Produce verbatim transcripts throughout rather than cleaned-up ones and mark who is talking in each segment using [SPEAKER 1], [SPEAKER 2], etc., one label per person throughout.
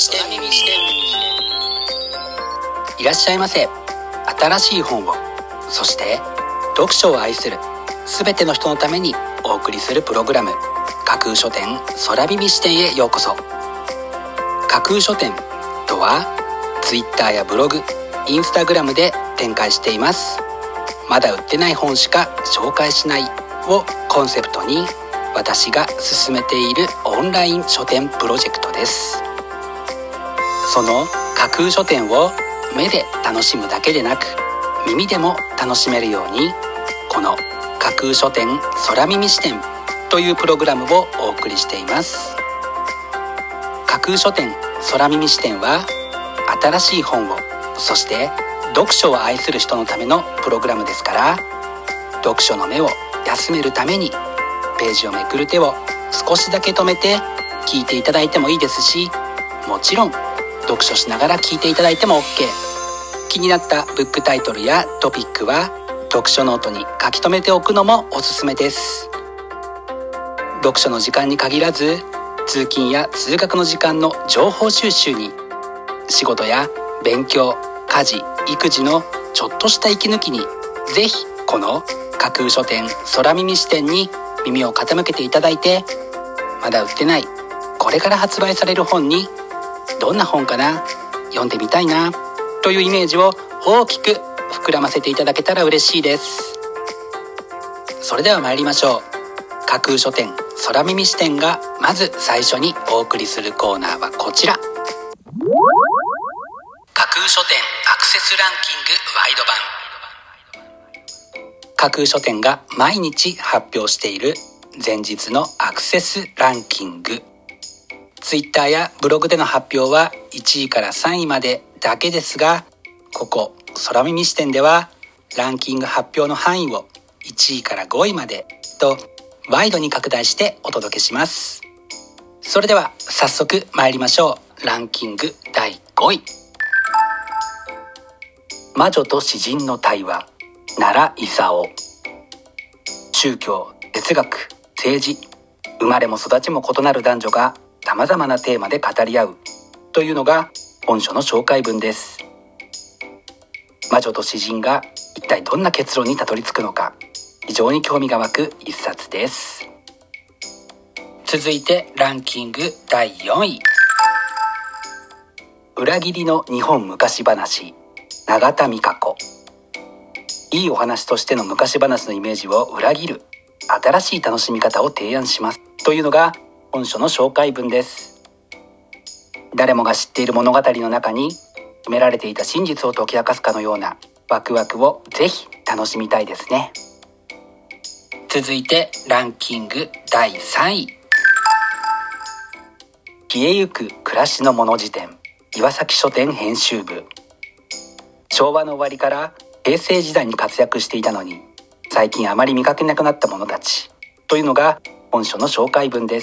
[SPEAKER 1] していらっしゃいませ。新しい本を、そして読書を愛するすべての人のためにお送りするプログラム、架空書店空耳視点へようこそ。架空書店とはツイッターやブログ、インスタグラムで展開しています。まだ売ってない本しか紹介しないをコンセプトに、私が進めているオンライン書店プロジェクトです。その架空書店を目で楽しむだけでなく、耳でも楽しめるように、この架空書店空耳視点というプログラムをお送りしています。架空書店空耳視点は、新しい本を、そして読書を愛する人のためのプログラムですから、読書の目を休めるためにページをめくる手を少しだけ止めて聞いていただいてもいいですし、もちろん読書しながら聞いていただいても OK。 気になったブックタイトルやトピックは読書ノートに書き留めておくのもおすすめです。読書の時間に限らず、通勤や通学の時間の情報収集に、仕事や勉強、家事、育児のちょっとした息抜きに、ぜひこの架空書店空耳視点に耳を傾けていただいて、まだ売ってない、これから発売される本に、どんな本かな、読んでみたいなというイメージを大きく膨らませていただけたら嬉しいです。それでは参りましょう。架空書店空耳視点がまず最初にお送りするコーナーはこちら。架空書店アクセスランキングワイド版。架空書店が毎日発表している前日のアクセスランキング。ツイッターやブログでの発表はいちいからさんいまでだけですが、ここ空耳視点ではランキング発表の範囲をいちいからごいまでとワイドに拡大してお届けします。それでは早速参りましょう。ランキングだいごい。魔女と詩人の対話、奈良勲。宗教、哲学、政治、生まれも育ちも異なる男女がさまざまなテーマで語り合うというのが本書の紹介文です。魔女と詩人が一体どんな結論にたどり着くのか、非常に興味が湧く一冊です。続いてランキングだいよんい。裏切りの日本昔話、永田美香子。いいお話としての昔話のイメージを裏切る新しい楽しみ方を提案しますというのが本書の紹介文です。誰もが知っている物語の中に秘められていた真実を解き明かすかのようなワクワクをぜひ楽しみたいですね。続いてランキングだいさんい。消えゆく暮らしの物辞典、岩崎書店編集部。昭和の終わりから平成時代に活躍していたのに最近あまり見かけなくなった者たちというのが本書の紹介文です。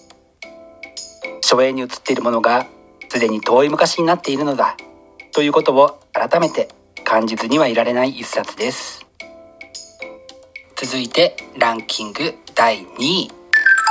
[SPEAKER 1] 書影に写っているものがすでに遠い昔になっているのだということを改めて感じずにはいられない一冊です。続いてランキングだいにい。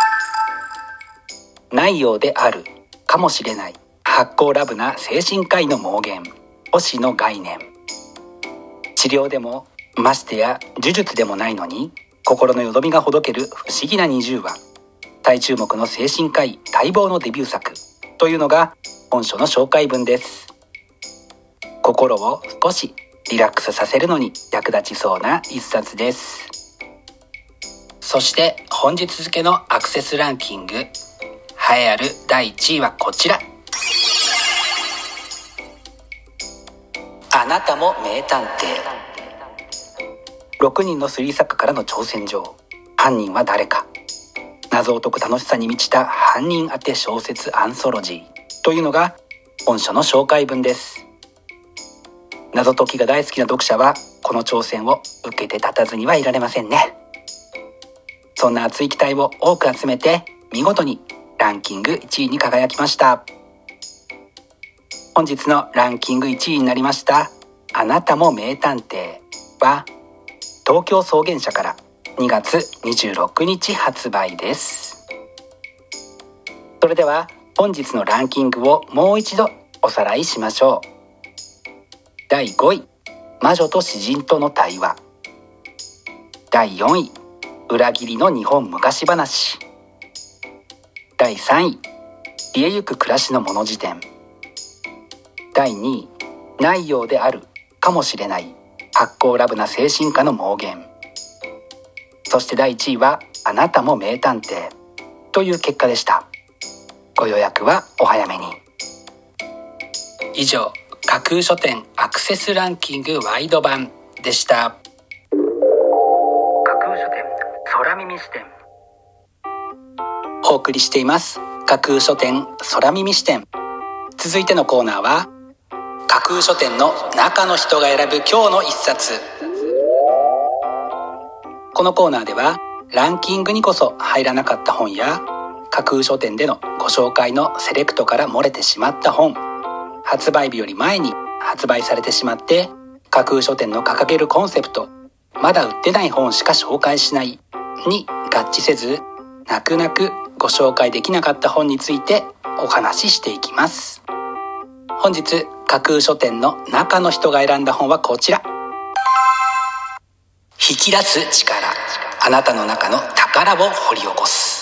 [SPEAKER 1] ないようであるかもしれない発酵ラブな精神科医の妄言、星の概念。治療でもましてや呪術でもないのに心のよどみがほどける不思議なにじゅうわ。大注目の精神科医待望のデビュー作というのが本書の紹介文です。心を少しリラックスさせるのに役立ちそうな一冊です。そして本日付のアクセスランキング栄えあるだいいちいはこちら。あなたも名探偵。ろくにんの推理作家からの挑戦状。犯人は誰か。謎を解く楽しさに満ちた犯人当て小説アンソロジーというのが本書の紹介文です。謎解きが大好きな読者はこの挑戦を受けて立たずにはいられませんね。そんな熱い期待を多く集めて見事にランキングいちいに輝きました。本日のランキングいちいになりましたあなたも名探偵は東京草原社からにがつにじゅうろくにち発売です。それでは本日のランキングをもう一度おさらいしましょう。だいごい、魔女と詩人との対話。だいよんい、裏切りの日本昔話。だいさんい、消えゆく暮らしのモノ辞典。だいにい、ないようであるかもしれない発酵ラブな精神科の妄言。そしてだいいちいはあなたも名探偵という結果でした。ご予約はお早めに。以上、架空書店アクセスランキングワイド版でした。架空書店空耳視点、お送りしています架空書店空耳視点。続いてのコーナーは架空書店の中の人が選ぶ今日の一冊。このコーナーではランキングにこそ入らなかった本や架空書店でのご紹介のセレクトから漏れてしまった本、発売日より前に発売されてしまって架空書店の掲げるコンセプト、まだ売ってない本しか紹介しないに合致せず、泣く泣くご紹介できなかった本についてお話ししていきます。本日架空書店の中の人が選んだ本はこちら。引き出す力、あなたの中の宝を掘り起こす。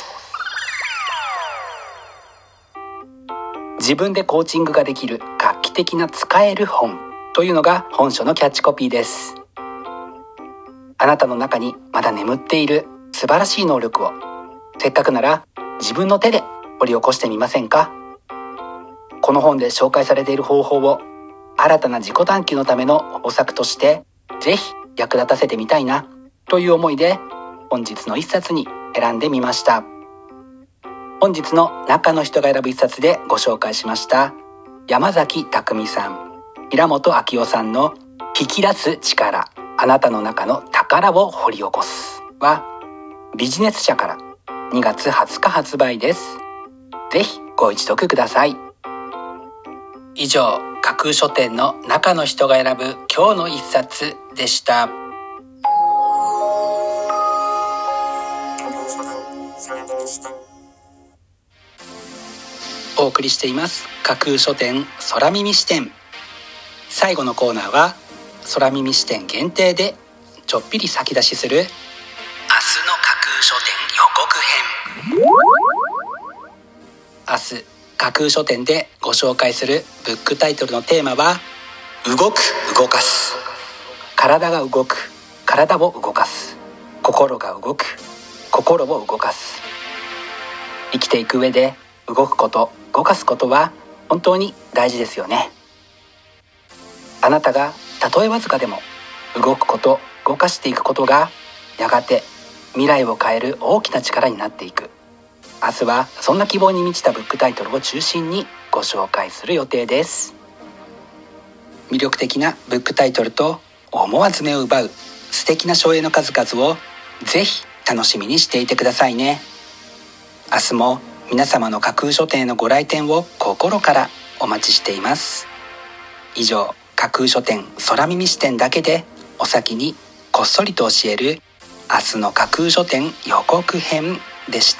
[SPEAKER 1] 自分でコーチングができる画期的な使える本というのが本書のキャッチコピーです。あなたの中にまだ眠っている素晴らしい能力を、せっかくなら自分の手で掘り起こしてみませんか。この本で紹介されている方法を新たな自己探求のための方策としてぜひ役立たせてみたいなという思いで本日の一冊に選んでみました。本日の中の人が選ぶ一冊でご紹介しました山崎匠さん、平本明夫さんの引き出す力、あなたの中の宝を掘り起こすはビジネス社からにがつはつか発売です。ぜひご一読ください。以上、架空書店の中の人が選ぶ今日の一冊でした。お送りしています架空書店空耳視点。最後のコーナーは空耳視点限定でちょっぴり先出しする明日の架空書店予告編。明日架空書店でご紹介するブックタイトルのテーマは動く、動かす。体が動く、体を動かす。心が動く、心を動かす。生きていく上で動くこと、動かすことは本当に大事ですよね。あなたがたとえわずかでも動くこと、動かしていくことがやがて未来を変える大きな力になっていく。明日はそんな希望に満ちたブックタイトルを中心にご紹介する予定です。魅力的なブックタイトルと思わず目を奪う素敵な書影の数々をぜひ楽しみにしていてくださいね。明日も皆様の架空書店へのご来店を心からお待ちしています。以上、架空書店空耳視点だけでお先にこっそりと教える明日の架空書店予告編でした。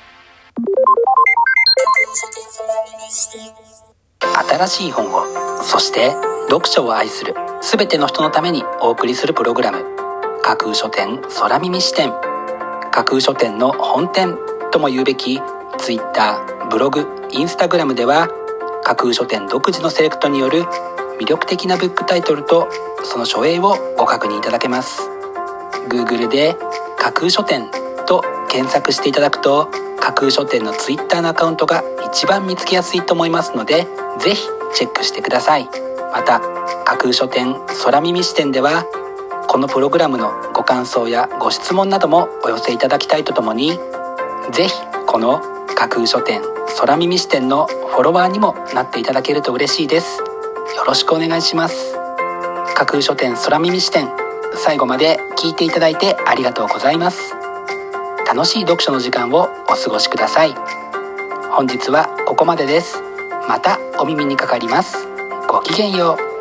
[SPEAKER 1] 新しい本を、そして読書を愛するすべての人のためにお送りするプログラム、架空書店空耳視点。架空書店の本店とも言うべき Twitter、ブログ、Instagram では架空書店独自のセレクトによる魅力的なブックタイトルとその書影をご確認いただけます。 Google で架空書店と検索していただくと架空書店の Twitter のアカウントが一番見つけやすいと思いますので、ぜひチェックしてください。また架空書店空耳視点ではこのプログラムのご感想やご質問などもお寄せいただきたいとともに、ぜひこの架空書店空耳視点のフォロワーにもなっていただけると嬉しいです。よろしくお願いします。架空書店空耳視点、最後まで聞いていただいてありがとうございます。楽しい読書の時間をお過ごしください。本日はここまでです。またお耳にかかります。ごきげんよう。